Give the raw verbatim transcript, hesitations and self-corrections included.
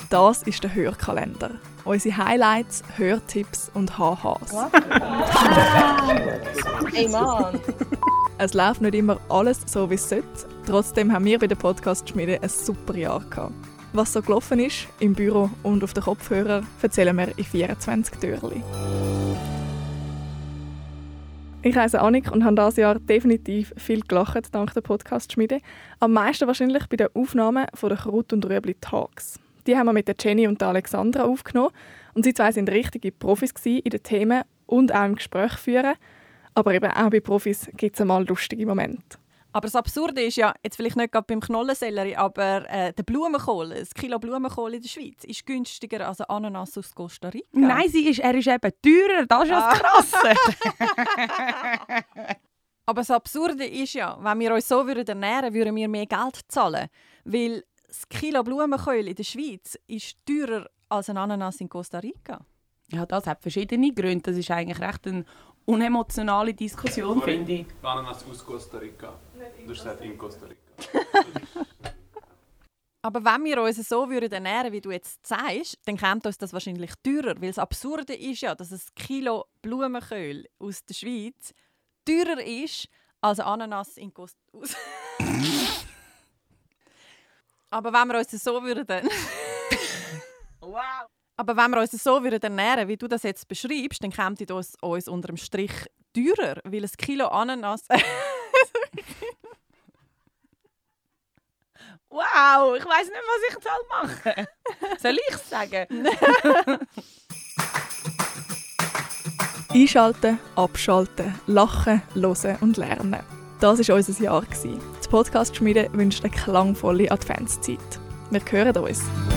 Das ist der Hörkalender. Unsere Highlights, Hörtipps und H Hs. Ey Mann! Es läuft nicht immer alles so, wie es sollte. Trotzdem haben wir bei der Podcast-Schmiede ein super Jahr gehabt. Was so gelaufen ist, im Büro und auf den Kopfhörern, erzählen wir in vierundzwanzig Türchen. Ich heiße Annik und habe dieses Jahr definitiv viel gelacht dank der Podcast-Schmiede. Am meisten wahrscheinlich bei den Aufnahmen von der Krut- und Rüebli-Talks. Die haben wir mit der Jenny und der Alexandra aufgenommen. Und sie zwei waren richtige Profis in den Themen und auch im Gespräch führen. Aber eben auch bei Profis gibt es einmal lustige Momente. Aber das Absurde ist ja, jetzt vielleicht nicht gerade beim Knollensellerie, aber äh, der Blumenkohl, ein Kilo Blumenkohl in der Schweiz, ist günstiger als ein Ananas aus Costa Rica. Nein, sie ist, er ist eben teurer, das ist ja das Krasse. Aber das Absurde ist ja, wenn wir uns so ernähren würden, würden wir mehr Geld zahlen. Weil das Kilo Blumenkohl in der Schweiz ist teurer als ein Ananas in Costa Rica. Ja, das hat verschiedene Gründe. Das ist eigentlich recht eine unemotionale Diskussion, finde ich. Ananas aus Costa Rica. Du sagst in Costa Rica. Aber wenn wir uns so würden ernähren, wie du jetzt sagst, dann kommt uns das wahrscheinlich teurer. Weil das Absurde ist ja, dass ein Kilo Blumenkohl aus der Schweiz teurer ist als ein Ananas in Costa Rica. Aber wenn wir uns so würden... Wow! Aber wenn wir uns so würden ernähren, wie du das jetzt beschreibst, dann kommt das uns unter dem Strich teurer, weil ein Kilo Ananas... Wow, ich weiss nicht, was ich machen soll. Soll ich es sagen? Einschalten, abschalten, lachen, hören und lernen. Das war unser Jahr. Die Podcast-Schmiede wünscht eine klangvolle Adventszeit. Wir hören uns.